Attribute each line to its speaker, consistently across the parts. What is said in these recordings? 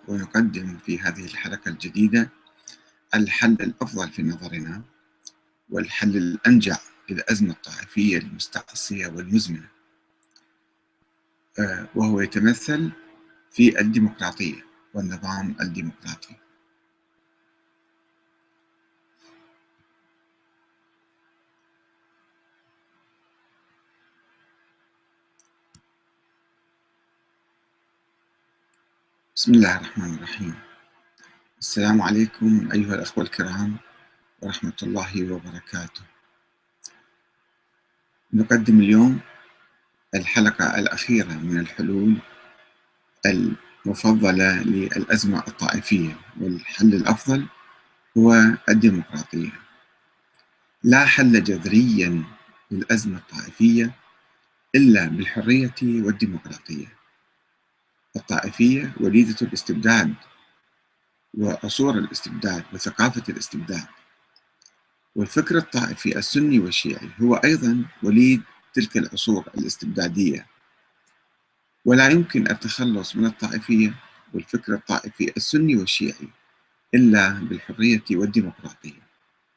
Speaker 1: ونقدم في هذه الحلقة الجديدة الحل الأفضل في نظرنا والحل الأنجع للأزمة الطائفية المستعصية والمزمنة، وهو يتمثل في الديمقراطية والنظام الديمقراطي. بسم الله الرحمن الرحيم. السلام عليكم أيها الأخوة الكرام ورحمة الله وبركاته. نقدم اليوم الحلقة الأخيرة من الحلول المفضلة للأزمة الطائفية، والحل الأفضل هو الديمقراطية. لا حل جذريا للأزمة الطائفية إلا بالحرية والديمقراطية. الطائفية وليدة الاستبداد وعصور الاستبداد وثقافة الاستبداد، والفكر الطائفي السني والشيعي هو أيضا وليد تلك العصور الاستبدادية، ولا يمكن التخلص من الطائفية والفكر الطائفي السني والشيعي إلا بالحرية والديمقراطية.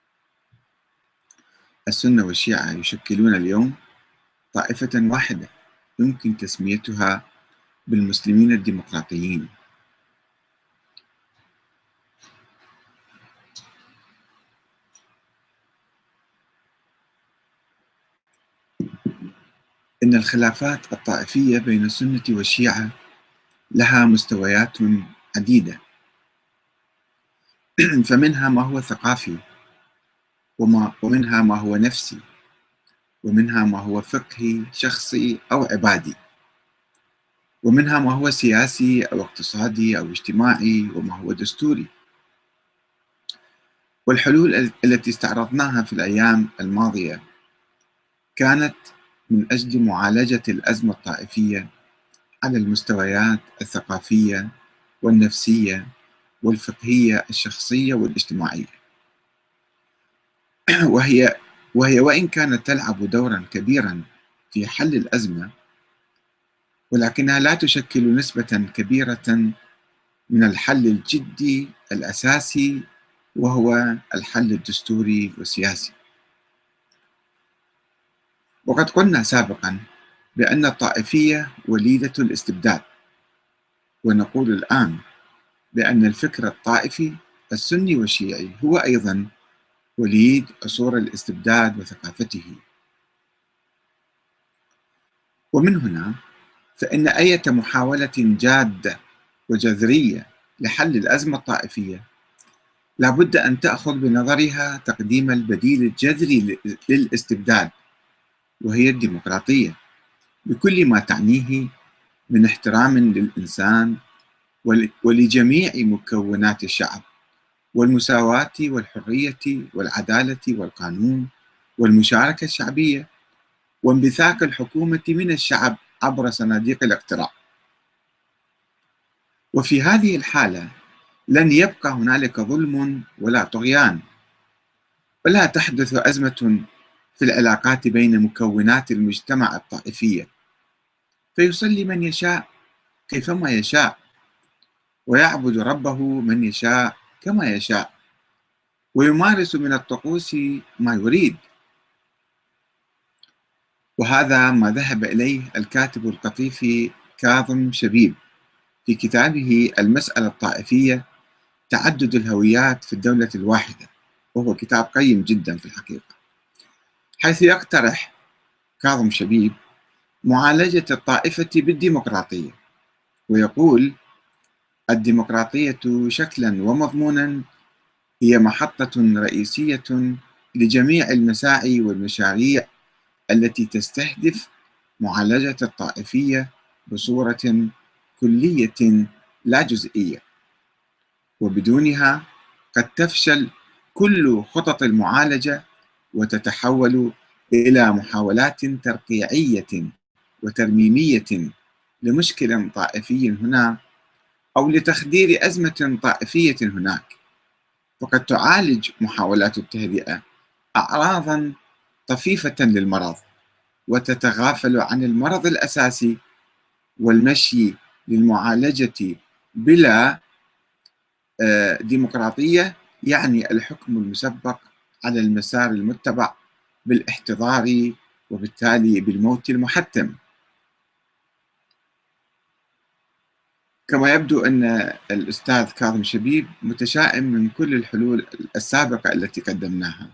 Speaker 1: السنة والشيعة يشكلون اليوم طائفة واحدة يمكن تسميتها بالمسلمين الديمقراطيين. إن الخلافات الطائفية بين السنة والشيعة لها مستويات عديدة، فمنها ما هو ثقافي، ومنها ما هو نفسي، ومنها ما هو فقهي شخصي أو عبادي، ومنها ما هو سياسي أو اقتصادي أو اجتماعي، وما هو دستوري. والحلول التي استعرضناها في الأيام الماضية كانت من أجل معالجة الأزمة الطائفية على المستويات الثقافية والنفسية والفقهية الشخصية والاجتماعية. وهي وإن كانت تلعب دورا كبيرا في حل الأزمة، ولكنها لا تشكل نسبة كبيرة من الحل الجدي الأساسي، وهو الحل الدستوري والسياسي. وقد قلنا سابقا بأن الطائفية وليدة الاستبداد، ونقول الآن بأن الفكر الطائفي السني والشيعي هو أيضا وليد عصور الاستبداد وثقافته. ومن هنا فإن أي محاولة جادة وجذرية لحل الأزمة الطائفية لابد أن تأخذ بنظرها تقديم البديل الجذري للاستبداد، وهي الديمقراطية بكل ما تعنيه من احترام للإنسان ولجميع مكونات الشعب، والمساواة والحرية والعدالة والقانون والمشاركة الشعبية، وانبثاق الحكومة من الشعب عبر صناديق الاقتراع. وفي هذه الحالة لن يبقى هنالك ظلم ولا طغيان، ولا تحدث أزمة في العلاقات بين مكونات المجتمع الطائفية، فيصلي من يشاء كيفما يشاء، ويعبد ربه من يشاء كما يشاء، ويمارس من الطقوس ما يريد. وهذا ما ذهب إليه الكاتب القطيفي كاظم شبيب في كتابه المسألة الطائفية: تعدد الهويات في الدولة الواحدة، وهو كتاب قيم جدا في الحقيقة، حيث يقترح كاظم شبيب معالجة الطائفة بالديمقراطية، ويقول: الديمقراطية شكلا ومضمونا هي محطة رئيسية لجميع المساعي والمشاريع التي تستهدف معالجة الطائفية بصورة كلية لا جزئية، وبدونها قد تفشل كل خطط المعالجة وتتحول إلى محاولات ترقيعية وترميمية لمشكل طائفي هنا أو لتخدير أزمة طائفية هناك. وقد تعالج محاولات التهدئة أعراضا طفيفة للمرض، وتتغافل عن المرض الأساسي والمشي للمعالجة بلا ديمقراطية يعني الحكم المسبق على المسار المتبع بالاحتضار وبالتالي بالموت المحتم. كما يبدو أن الأستاذ كاظم شبيب متشائم من كل الحلول السابقة التي قدمناها،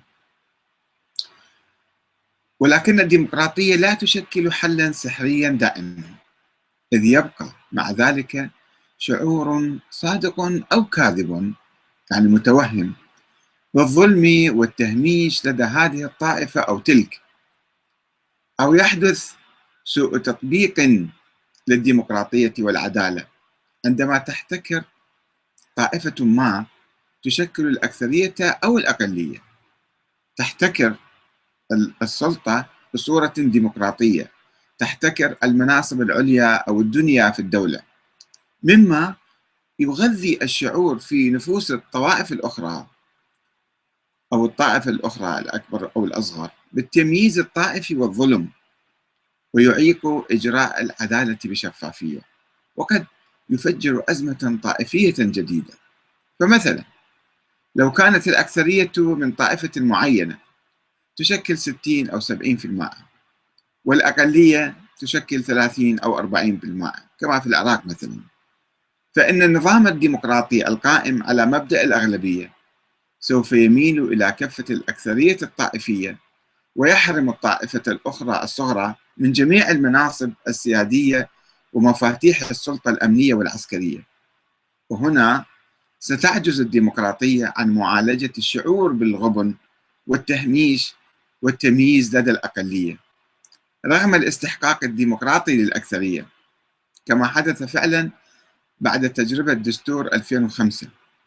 Speaker 1: ولكن الديمقراطية لا تشكل حلا سحريا دائما، إذ يبقى مع ذلك شعور صادق أو كاذب، يعني متوهم، بالظلم والتهميش لدى هذه الطائفة أو تلك، أو يحدث سوء تطبيق للديمقراطية والعدالة عندما تحتكر طائفة ما تشكل الأكثرية أو الأقلية، تحتكر السلطة بصورة ديمقراطية، تحتكر المناصب العليا أو الدنيا في الدولة، مما يغذي الشعور في نفوس الطوائف الأخرى أو الطائفة الأخرى الأكبر أو الأصغر بالتمييز الطائفي والظلم، ويعيق إجراء العدالة بشفافية، وقد يفجر أزمة طائفية جديدة. فمثلا لو كانت الأكثرية من طائفة معينة تشكل 60 أو 70%، والأقلية تشكل 30 أو 40% كما في العراق مثلا، فإن النظام الديمقراطي القائم على مبدأ الأغلبية سوف يميل إلى كفة الأكثرية الطائفية، ويحرم الطائفة الأخرى الصغرى من جميع المناصب السيادية ومفاتيح السلطة الأمنية والعسكرية. وهنا ستعجز الديمقراطية عن معالجة الشعور بالغبن والتهميش والتمييز لدى الأقلية رغم الاستحقاق الديمقراطي للأكثرية، كما حدث فعلا بعد تجربة دستور 2005.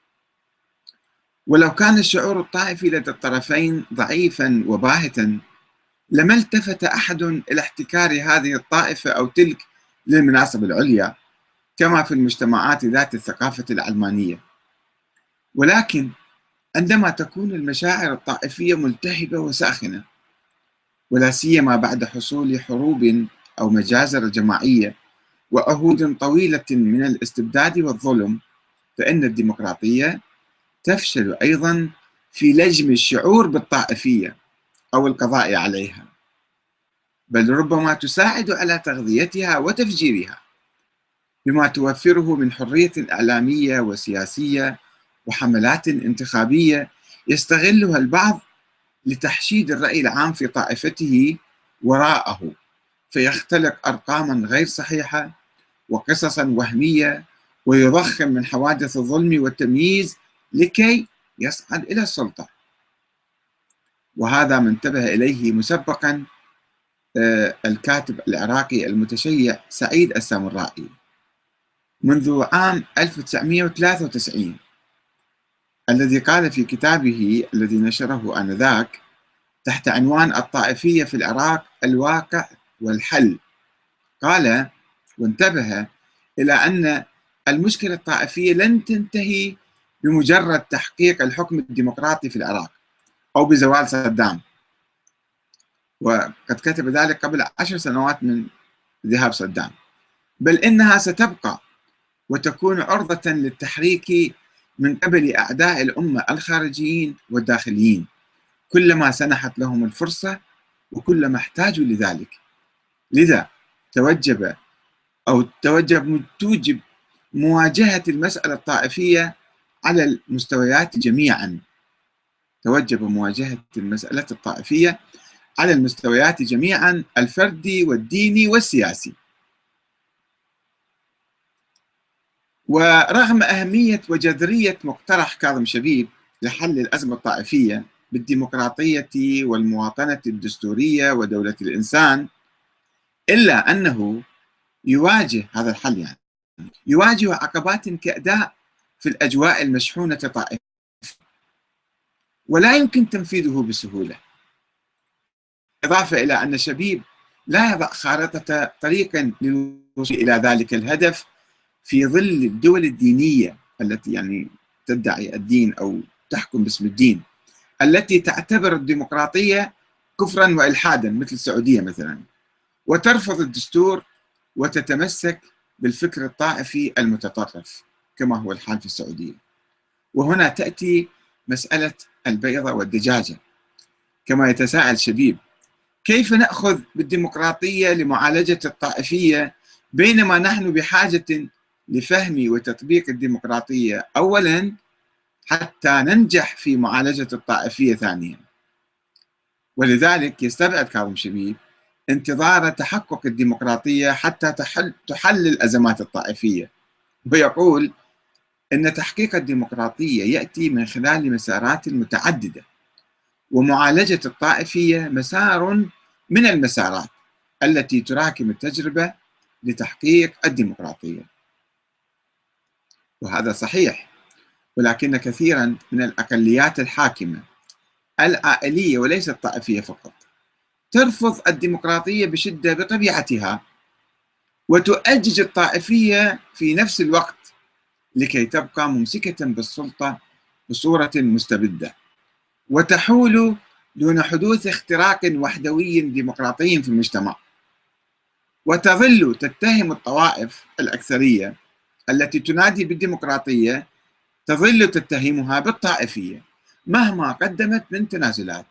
Speaker 1: ولو كان الشعور الطائفي لدى الطرفين ضعيفا وباهتا لما التفت أحد إلى احتكار هذه الطائفة أو تلك للمناصب العليا كما في المجتمعات ذات الثقافة العلمانية. ولكن عندما تكون المشاعر الطائفية ملتهبة وساخنة، ولا سيما بعد حصول حروب أو مجازر جماعية وعهود طويلة من الاستبداد والظلم، فإن الديمقراطية تفشل أيضا في لجم الشعور بالطائفية أو القضاء عليها، بل ربما تساعد على تغذيتها وتفجيرها بما توفره من حرية إعلامية وسياسية وحملات انتخابية يستغلها البعض لتحشيد الرأي العام في طائفته وراءه، فيختلق أرقاما غير صحيحة وقصصا وهمية، ويضخم من حوادث الظلم والتمييز لكي يصعد إلى السلطة. وهذا ما انتبه إليه مسبقا الكاتب العراقي المتشيع سعيد السامرائي منذ عام 1993، الذي قال في كتابه الذي نشره آنذاك تحت عنوان الطائفية في العراق: الواقع والحل، قال وانتبه إلى أن المشكلة الطائفية لن تنتهي بمجرد تحقيق الحكم الديمقراطي في العراق أو بزوال صدام، وقد كتب ذلك قبل 10 سنوات من ذهاب صدام، بل إنها ستبقى وتكون عرضة للتحريك من قبل أعداء الأمة الخارجيين والداخليين كلما سنحت لهم الفرصة وكلما احتاجوا لذلك. لذا توجب مواجهة المسألة الطائفية على المستويات جميعا، توجب مواجهة المسألة الطائفية على المستويات جميعا، الفردي والديني والسياسي. ورغم أهمية وجذرية مقترح كاظم شبيب لحل الأزمة الطائفية بالديمقراطية والمواطنة الدستورية ودولة الإنسان، إلا أنه يواجه هذا الحل، يعني يواجه عقبات كأداء في الأجواء المشحونة طائفية، ولا يمكن تنفيذه بسهولة. إضافة إلى أن شبيب لا يضع خارطة طريق للوصول إلى ذلك الهدف في ظل الدول الدينية التي يعني تدعي الدين أو تحكم باسم الدين، التي تعتبر الديمقراطية كفرا وإلحادا مثل السعودية مثلا، وترفض الدستور وتتمسك بالفكر الطائفي المتطرف كما هو الحال في السعودية. وهنا تأتي مسألة البيضة والدجاجة. كما يتساءل شبيب: كيف نأخذ بالديمقراطية لمعالجة الطائفية بينما نحن بحاجة لفهم وتطبيق الديمقراطية أولا حتى ننجح في معالجة الطائفية ثانيا؟ ولذلك يستبعد كاظم شبيب انتظار تحقق الديمقراطية حتى تحل الأزمات الطائفية، ويقول أن تحقيق الديمقراطية يأتي من خلال مسارات متعددة، ومعالجة الطائفية مسار من المسارات التي تراكم التجربة لتحقيق الديمقراطية. وهذا صحيح، ولكن كثيرا من الأقليات الحاكمة العائلية وليس الطائفية فقط ترفض الديمقراطية بشدة بطبيعتها، وتؤجج الطائفية في نفس الوقت لكي تبقى ممسكة بالسلطة بصورة مستبدة، وتحول دون حدوث اختراق وحدوي ديمقراطي في المجتمع، وتظل تتهم الطوائف الأكثرية التي تنادي بالديمقراطية، تظل تتهمها بالطائفية مهما قدمت من تنازلات.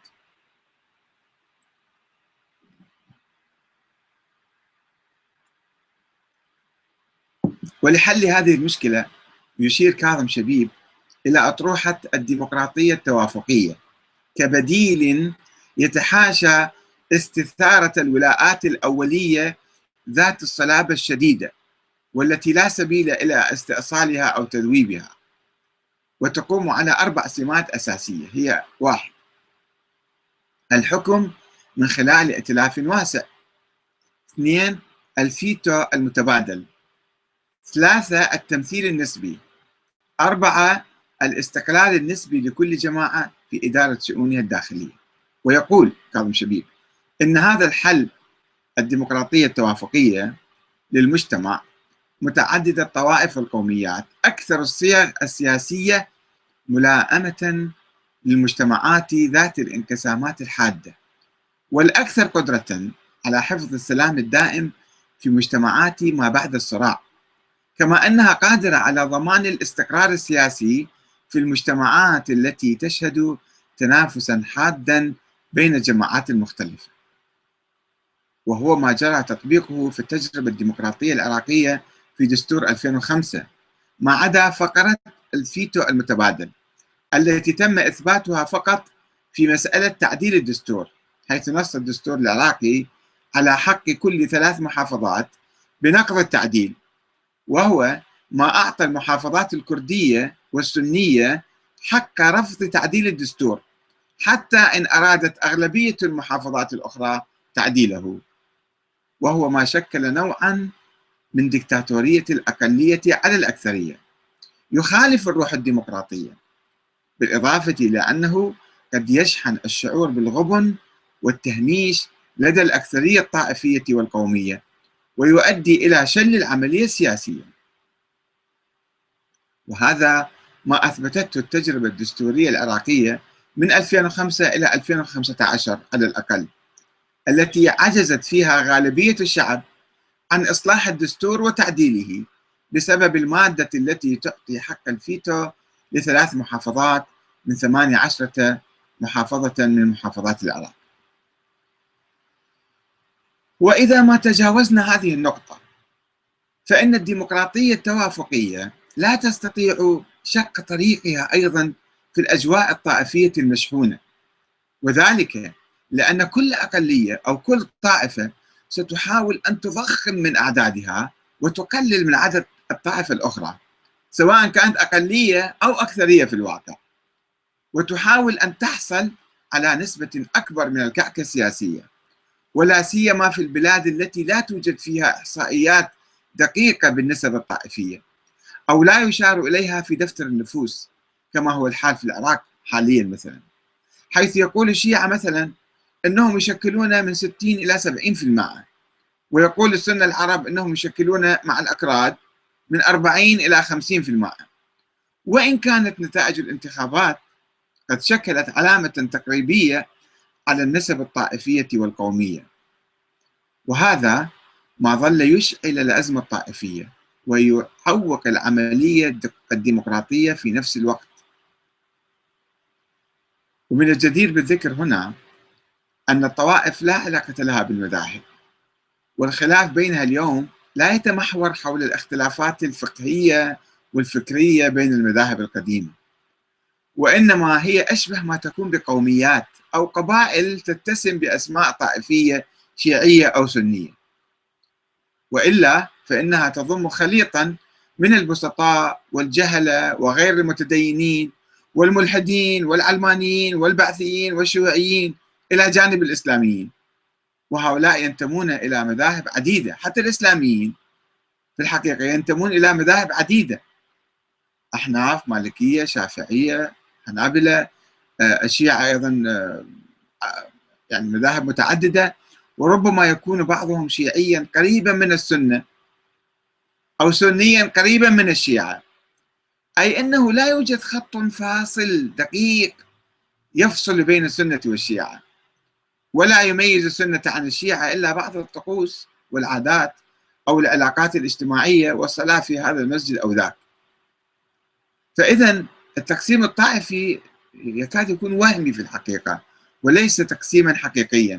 Speaker 1: ولحل هذه المشكلة يشير كاظم شبيب إلى أطروحة الديمقراطية التوافقية كبديل يتحاشى استثارة الولاءات الأولية ذات الصلابة الشديدة والتي لا سبيل إلى استئصالها أو تذويبها، وتقوم على 4 سمات أساسية هي: 1. الحكم من خلال ائتلاف واسع. 2. الفيتو المتبادل. 3. التمثيل النسبي. 4. الاستقلال النسبي لكل جماعة في إدارة شؤونها الداخلية. ويقول كاظم شبيب إن هذا الحل الديمقراطية التوافقية للمجتمع متعدد الطوائف والقوميات أكثر الصيغ السياسية ملائمة للمجتمعات ذات الانقسامات الحادة، والأكثر قدرة على حفظ السلام الدائم في مجتمعات ما بعد الصراع، كما أنها قادرة على ضمان الاستقرار السياسي في المجتمعات التي تشهد تنافسا حادا بين الجماعات المختلفة، وهو ما جرى تطبيقه في التجربة الديمقراطية العراقية في دستور 2005، ما عدا فقرة الفيتو المتبادل التي تم إثباتها فقط في مسألة تعديل الدستور، حيث نص الدستور العراقي على حق كل 3 محافظات بنقض التعديل، وهو ما أعطى المحافظات الكردية والسنية حق رفض تعديل الدستور حتى إن أرادت أغلبية المحافظات الأخرى تعديله، وهو ما شكل نوعا من ديكتاتورية الأقلية على الأكثرية، يخالف الروح الديمقراطية، بالإضافة إلى أنه قد يشحن الشعور بالغبن والتهميش لدى الأكثرية الطائفية والقومية، ويؤدي إلى شل العملية السياسية. وهذا ما أثبتته التجربة الدستورية العراقية من 2005 إلى 2015 على الأقل، التي عجزت فيها غالبية الشعب عن إصلاح الدستور وتعديله بسبب المادة التي تعطي حق الفيتو ل3 محافظات من 18 محافظة من محافظات العراق. وإذا ما تجاوزنا هذه النقطة فإن الديمقراطية التوافقية لا تستطيع شق طريقها أيضا في الأجواء الطائفية المشحونة، وذلك لأن كل أقلية أو كل طائفة ستحاول أن تضخم من أعدادها وتقلل من عدد الطائفة الأخرى، سواء كانت أقلية أو أكثرية في الواقع، وتحاول أن تحصل على نسبة أكبر من الكعكة السياسية، ولا سيما في البلاد التي لا توجد فيها إحصائيات دقيقة بالنسب الطائفية أو لا يشار إليها في دفتر النفوس كما هو الحال في العراق حاليا مثلا، حيث يقول الشيعة مثلا أنهم يشكلون من 60 إلى 70%، ويقول السنة العرب أنهم يشكلون مع الأكراد من 40 إلى 50%، وإن كانت نتائج الانتخابات قد شكلت علامة تقريبية على النسب الطائفية والقومية. وهذا ما ظل يشعل الأزمة الطائفية ويعوق العملية الديمقراطية في نفس الوقت، ومن الجدير بالذكر هنا أن الطوائف لا علاقة لها بالمذاهب، والخلاف بينها اليوم لا يتمحور حول الاختلافات الفقهية والفكرية بين المذاهب القديمة، وإنما هي أشبه ما تكون بقوميات أو قبائل تتسم بأسماء طائفية شيعية أو سنية، وإلا فإنها تضم خليطا من البسطاء والجهلة وغير المتدينين والملحدين والعلمانيين والبعثيين والشيوعيين إلى جانب الإسلاميين، وهؤلاء ينتمون إلى مذاهب عديدة. حتى الإسلاميين في الحقيقة ينتمون إلى مذاهب عديدة، أحناف، مالكية، شافعية، حنابلة، الشيعة أيضا يعني مذاهب متعددة، وربما يكون بعضهم شيعيا قريبا من السنة أو سنيا قريبا من الشيعة، أي أنه لا يوجد خط فاصل دقيق يفصل بين السنة والشيعة، ولا يميز السنة عن الشيعة إلا بعض الطقوس والعادات أو العلاقات الاجتماعية والصلاة في هذا المسجد أو ذاك. فإذا التقسيم الطائفي يكاد يكون وهمي في الحقيقة وليس تقسيما حقيقيا،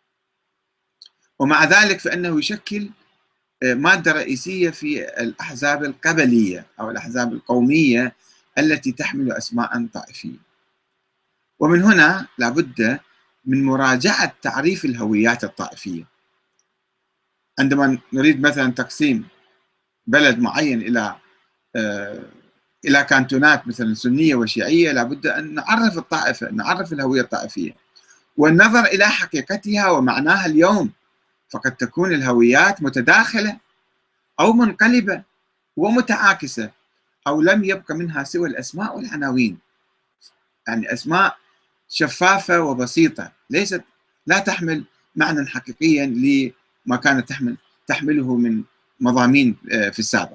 Speaker 1: ومع ذلك فإنه يشكل مادة رئيسية في الأحزاب القبلية أو الأحزاب القومية التي تحمل أسماء طائفية. ومن هنا لابد من مراجعة تعريف الهويات الطائفية. عندما نريد مثلا تقسيم بلد معين إلى كانتونات مثلا سنية وشيعية، لابد أن نعرف الطائفة، نعرف الهوية الطائفية والنظر إلى حقيقتها ومعناها اليوم، فقد تكون الهويات متداخلة أو منقلبة ومتعاكسة، أو لم يبق منها سوى الأسماء والعناوين، يعني أسماء شفافة وبسيطة لا تحمل معنى حقيقيا لما كانت تحمله من مضامين في السابق.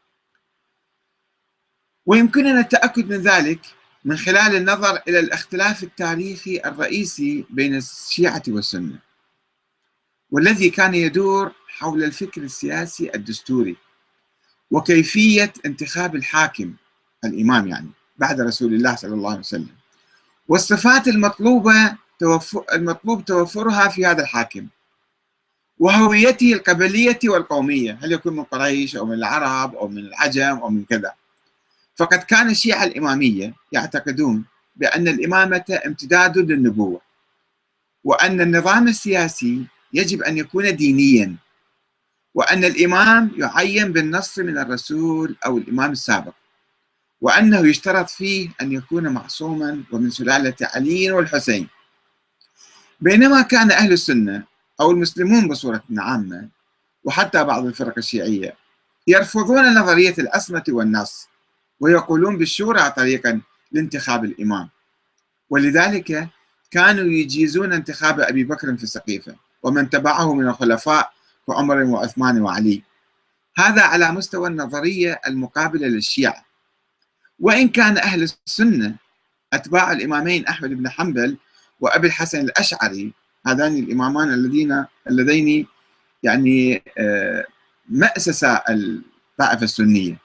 Speaker 1: ويمكننا التأكد من ذلك من خلال النظر إلى الاختلاف التاريخي الرئيسي بين الشيعة والسنة، والذي كان يدور حول الفكر السياسي الدستوري وكيفية انتخاب الحاكم الإمام يعني بعد رسول الله صلى الله عليه وسلم، والصفات المطلوب توفرها في هذا الحاكم، وهويته القبلية والقومية، هل يكون من قريش أو من العرب أو من العجم أو من كذا. فقد كان الشيعة الإمامية يعتقدون بأن الإمامة امتداد للنبوة، وأن النظام السياسي يجب أن يكون دينيا، وأن الإمام يعين بالنص من الرسول أو الإمام السابق، وأنه يشترط فيه أن يكون معصوما ومن سلالة علي والحسين. بينما كان أهل السنة أو المسلمون بصورة عامة وحتى بعض الفرق الشيعية يرفضون نظرية العصمة والنص، ويقولون بالشورى طريقا لانتخاب الإمام، ولذلك كانوا يجيزون انتخاب أبي بكر في السقيفة ومن تبعه من الخلفاء كعمر وعثمان وعلي. هذا على مستوى النظرية المقابلة للشيعة. وإن كان أهل السنة أتباع الإمامين أحمد بن حنبل وأبي الحسن الأشعري، هذان الإمامان اللذين يعني مأسسا الطائفة السنية،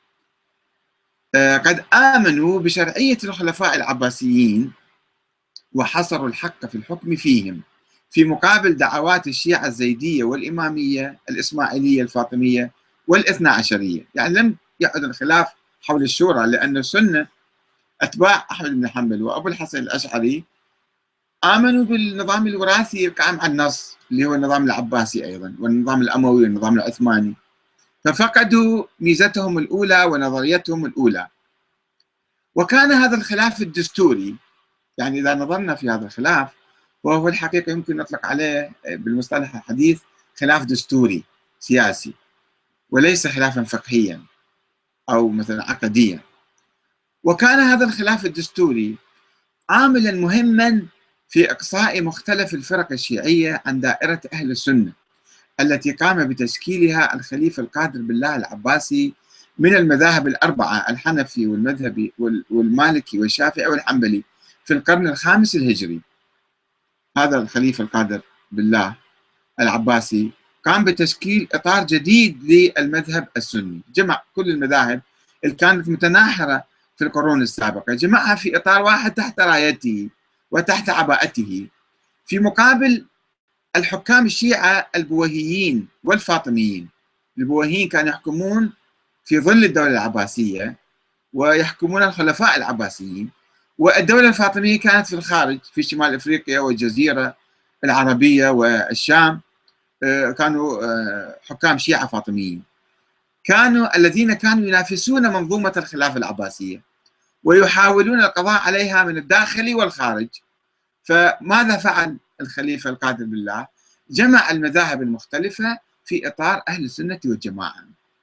Speaker 1: قد آمنوا بشرعية الخلفاء العباسيين وحصروا الحق في الحكم فيهم، في مقابل دعوات الشيعة الزيدية والإمامية الإسماعيلية الفاطمية والاثنا عشرية. يعني لم يعد الخلاف حول الشورى، لأن السنة أتباع أحمد بن حنبل وأبو الحسن الأشعري آمنوا بالنظام الوراثي القائم على النص اللي هو النظام العباسي أيضا، والنظام الأموي والنظام العثماني، ففقدوا ميزتهم الأولى ونظريتهم الأولى. وكان هذا الخلاف الدستوري، يعني إذا نظرنا في هذا الخلاف وهو الحقيقة يمكن نطلق عليه بالمصطلح الحديث خلاف دستوري سياسي، وليس خلافا فقهيا أو مثلا عقديا. وكان هذا الخلاف الدستوري عاملا مهما في إقصاء مختلف الفرق الشيعية عن دائرة أهل السنة التي قام بتشكيلها الخليفة القادر بالله العباسي من المذاهب الأربعة، الحنفي والمذهبي والمالكي والشافعي والحنبلي، في القرن الخامس الهجري. هذا الخليفة القادر بالله العباسي قام بتشكيل إطار جديد للمذهب السني، جمع كل المذاهب اللي كانت متناحرة في القرون السابقة، جمعها في إطار واحد تحت رايته وتحت عباءته، في مقابل الحكام الشيعة البويهيين والفاطميين. البويهيين كانوا يحكمون في ظل الدولة العباسية ويحكمون الخلفاء العباسيين، والدولة الفاطمية كانت في الخارج، في شمال أفريقيا والجزيرة العربية والشام. كانوا حكام شيعة فاطميين، كانوا الذين كانوا ينافسون منظومة الخلافة العباسية ويحاولون القضاء عليها من الداخل والخارج. فماذا فعل الخليفة القادر بالله؟ جمع المذاهب المختلفة في إطار أهل السنة والجماعة.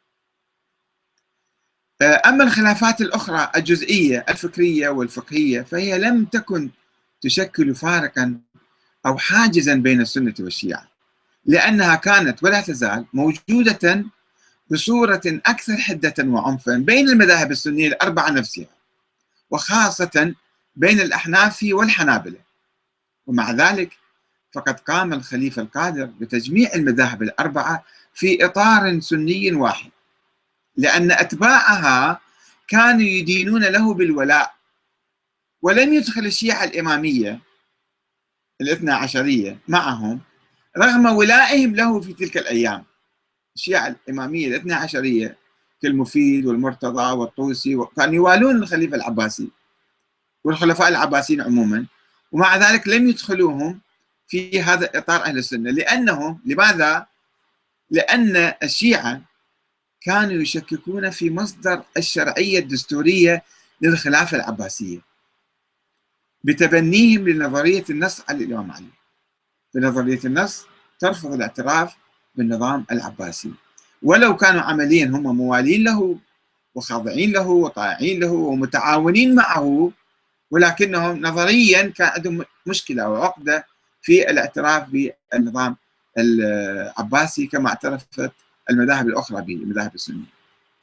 Speaker 1: أما الخلافات الأخرى الجزئية الفكرية والفقهية فهي لم تكن تشكل فارقا أو حاجزا بين السنة والشيعة، لأنها كانت ولا تزال موجودة بصورة أكثر حدة وعنفا بين المذاهب السنية الأربعة نفسها، وخاصة بين الأحناف والحنابلة. ومع ذلك فقد قام الخليفة القادر بتجميع المذاهب الأربعة في إطار سني واحد، لأن أتباعها كانوا يدينون له بالولاء، ولم يدخل الشيعة الإمامية الاثنى عشرية معهم رغم ولائهم له في تلك الأيام. الشيعة الإمامية الاثنى عشرية كالمفيد والمرتضى والطوسي كانوا يوالون الخليفة العباسي والخلفاء العباسيين عموما، ومع ذلك لم يدخلوهم في هذا إطار أهل السنة. لماذا؟ لأن الشيعة كانوا يشككون في مصدر الشرعية الدستورية للخلافة العباسية بتبنيهم لنظرية النص على الإمام علي. بنظرية النص ترفض الاعتراف بالنظام العباسي، ولو كانوا عمليا هم موالين له وخاضعين له وطائعين له ومتعاونين معه، ولكنهم نظريا كان عندهم مشكلة وعقدة في الاعتراف بالنظام العباسي كما اعترفت المذاهب الأخرى به، المذاهب السنية.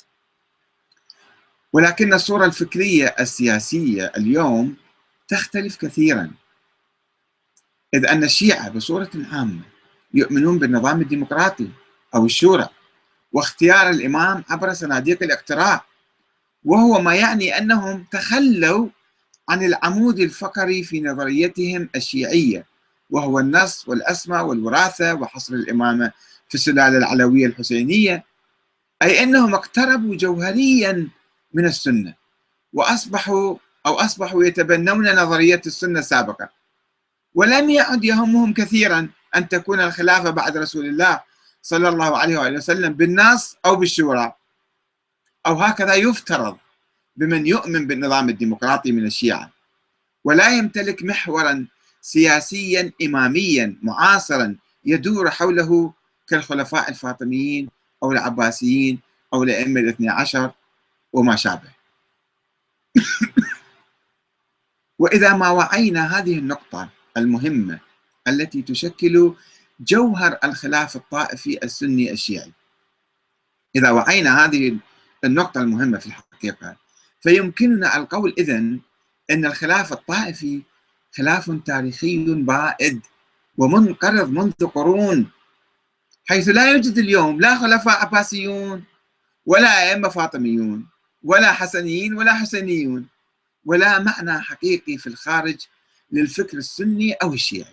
Speaker 1: ولكن الصورة الفكرية السياسية اليوم تختلف كثيرا، إذ أن الشيعة بصورة عامة يؤمنون بالنظام الديمقراطي أو الشورى واختيار الإمام عبر صناديق الاقتراع، وهو ما يعني أنهم تخلوا عن العمود الفقري في نظريتهم الشيعية، وهو النص والأسمى والوراثة وحصر الإمامة في السلالة العلوية الحسينية، أي أنهم اقتربوا جوهريا من السنة وأصبحوا يتبنون نظرية السنة السابقة، ولم يعد يهمهم كثيرا أن تكون الخلافة بعد رسول الله صلى الله عليه وآله وسلم بالنص أو بالشورى، أو هكذا يفترض بمن يؤمن بالنظام الديمقراطي من الشيعة، ولا يمتلك محورا سياسيا إماميا معاصرا يدور حوله كالخلفاء الفاطميين أو العباسيين أو الأئمة الاثني عشر وما شابه. وإذا ما وعينا هذه النقطة المهمة التي تشكل جوهر الخلاف الطائفي السني الشيعي، إذا وعينا هذه النقطة المهمة في الحقيقة، فيمكننا القول إذن أن الخلاف الطائفي خلاف تاريخي بائد ومنقرض منذ قرون، حيث لا يوجد اليوم لا خلفاء عباسيون ولا أئمة فاطميون ولا حسنيين ولا حسينيون، ولا معنى حقيقي في الخارج للفكر السني أو الشيعي.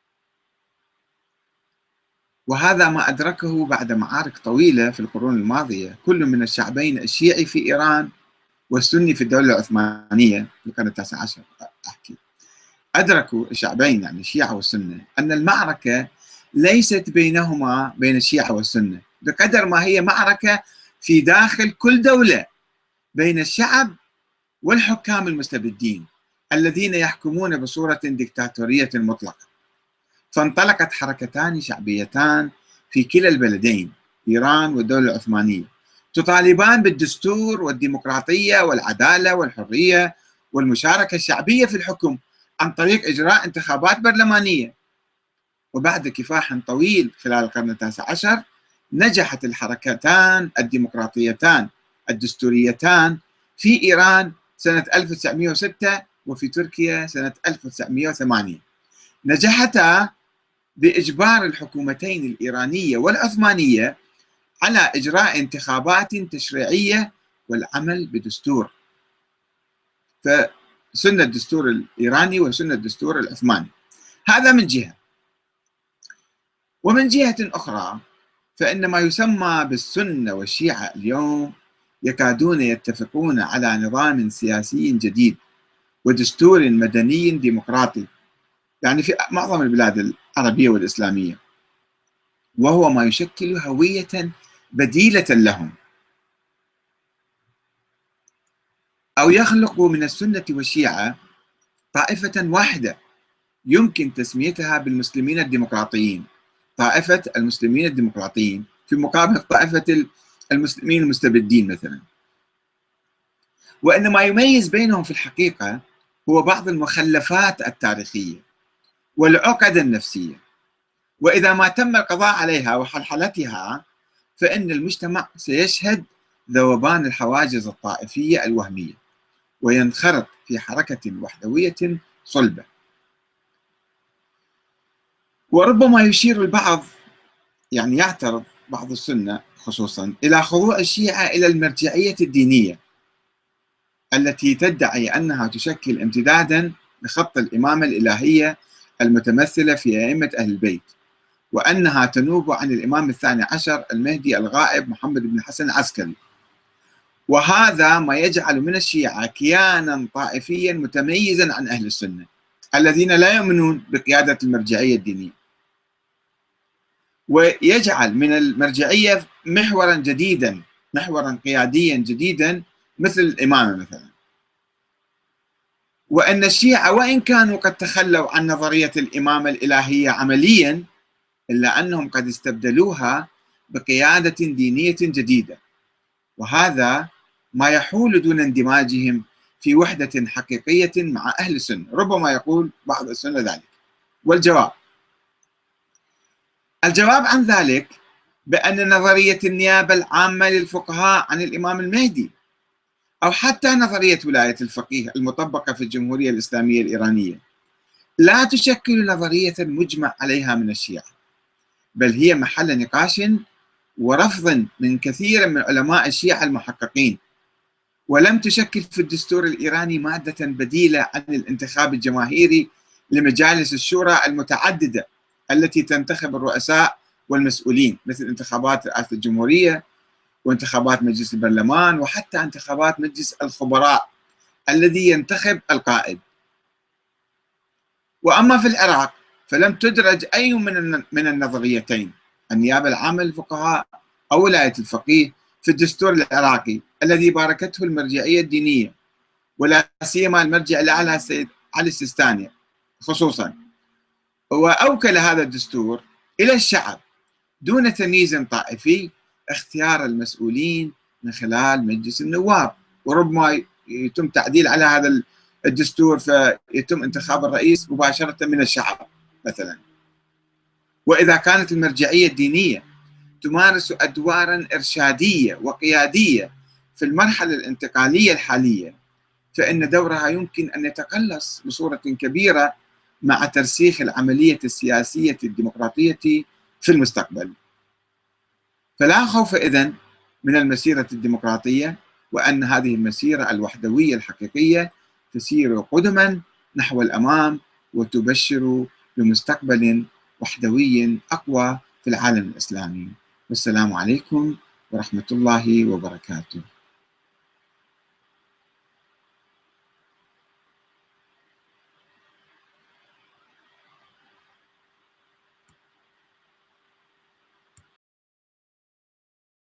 Speaker 1: وهذا ما أدركه بعد معارك طويلة في القرون الماضية كل من الشعبين الشيعي في إيران والسني في الدولة العثمانية في القرن التاسع عشر. أدركوا الشعبين يعني الشيعة والسنة أن المعركة ليست بينهما بين الشيعة والسنة بقدر ما هي معركة في داخل كل دولة بين الشعب والحكام المستبدين الذين يحكمون بصورة ديكتاتورية مطلقة. فانطلقت حركتان شعبيتان في كلا البلدين إيران والدولة العثمانية تطالبان بالدستور والديمقراطية والعدالة والحرية والمشاركة الشعبية في الحكم عن طريق إجراء انتخابات برلمانية. وبعد كفاح طويل خلال القرن التاسع عشر نجحت الحركتان الديمقراطيتان الدستوريتان في إيران سنة 1906 وفي تركيا سنة 1908. نجحتا بإجبار الحكومتين الإيرانية والعثمانية على إجراء انتخابات تشريعية والعمل بدستور. سنة الدستور الإيراني وسنة الدستور العثماني. هذا من جهة. ومن جهة أخرى فإن ما يسمى بالسنة والشيعة اليوم يكادون يتفقون على نظام سياسي جديد ودستور مدني ديمقراطي، يعني في معظم البلاد العربية والإسلامية، وهو ما يشكل هوية بديلة لهم، أو يخلق من السنة والشيعة طائفة واحدة يمكن تسميتها بالمسلمين الديمقراطيين، طائفة المسلمين الديمقراطيين في مقابل طائفة المسلمين المستبدين مثلا. وإن ما يميز بينهم في الحقيقة هو بعض المخلفات التاريخية والعقد النفسية، وإذا ما تم القضاء عليها وحلحلتها فإن المجتمع سيشهد ذوبان الحواجز الطائفية الوهمية وينخرط في حركة وحدوية صلبة. وربما يشير البعض، يعني يعترض بعض السنة خصوصا، إلى خضوع الشيعة إلى المرجعية الدينية التي تدعي أنها تشكل امتدادا لخط الإمامة الإلهية المتمثلة في أئمة أهل البيت، وأنها تنوب عن الإمام الثاني عشر المهدي الغائب محمد بن حسن العسكري. وهذا ما يجعل من الشيعة كيانا طائفيا متميزا عن أهل السنة الذين لا يؤمنون بقيادة المرجعية الدينية، ويجعل من المرجعية محورا جديدا، محورا قياديا جديدا مثل الإمامة مثلا. وأن الشيعة وإن كانوا قد تخلوا عن نظرية الإمامة الإلهية عمليا، إلا أنهم قد استبدلوها بقيادة دينية جديدة، وهذا ما يحول دون اندماجهم في وحدة حقيقية مع أهل السنة. ربما يقول بعض السنة ذلك. الجواب عن ذلك بأن نظرية النيابة العامة للفقهاء عن الإمام المهدي، أو حتى نظرية ولاية الفقيه المطبقة في الجمهورية الإسلامية الإيرانية، لا تشكل نظرية مجمع عليها من الشيعة، بل هي محل نقاش ورفض من كثير من علماء الشيعة المحققين، ولم تشكل في الدستور الإيراني مادة بديلة عن الانتخاب الجماهيري لمجالس الشورى المتعددة التي تنتخب الرؤساء والمسؤولين، مثل انتخابات رئاسة الجمهورية وانتخابات مجلس البرلمان وحتى انتخابات مجلس الخبراء الذي ينتخب القائد. وأما في العراق فلم تدرج أي من النظريتين، النيابة العامة للفقهاء أو ولاية الفقيه، في الدستور العراقي الذي باركته المرجعية الدينية، ولا سيما المرجع الأعلى السيد علي السيستاني خصوصا. وأوكل هذا الدستور إلى الشعب دون تمييز طائفي اختيار المسؤولين من خلال مجلس النواب، وربما يتم تعديل على هذا الدستور فيتم انتخاب الرئيس مباشرة من الشعب مثلا. وإذا كانت المرجعية الدينية تمارس أدوارا إرشادية وقيادية في المرحلة الانتقالية الحالية، فإن دورها يمكن أن يتقلص بصورة كبيرة مع ترسيخ العملية السياسية الديمقراطية في المستقبل. فلا خوف إذن من المسيرة الديمقراطية، وأن هذه المسيرة الوحدوية الحقيقية تسير قدما نحو الأمام وتبشر بمستقبل وحدوي أقوى في العالم الإسلامي. والسلام عليكم ورحمة الله وبركاته.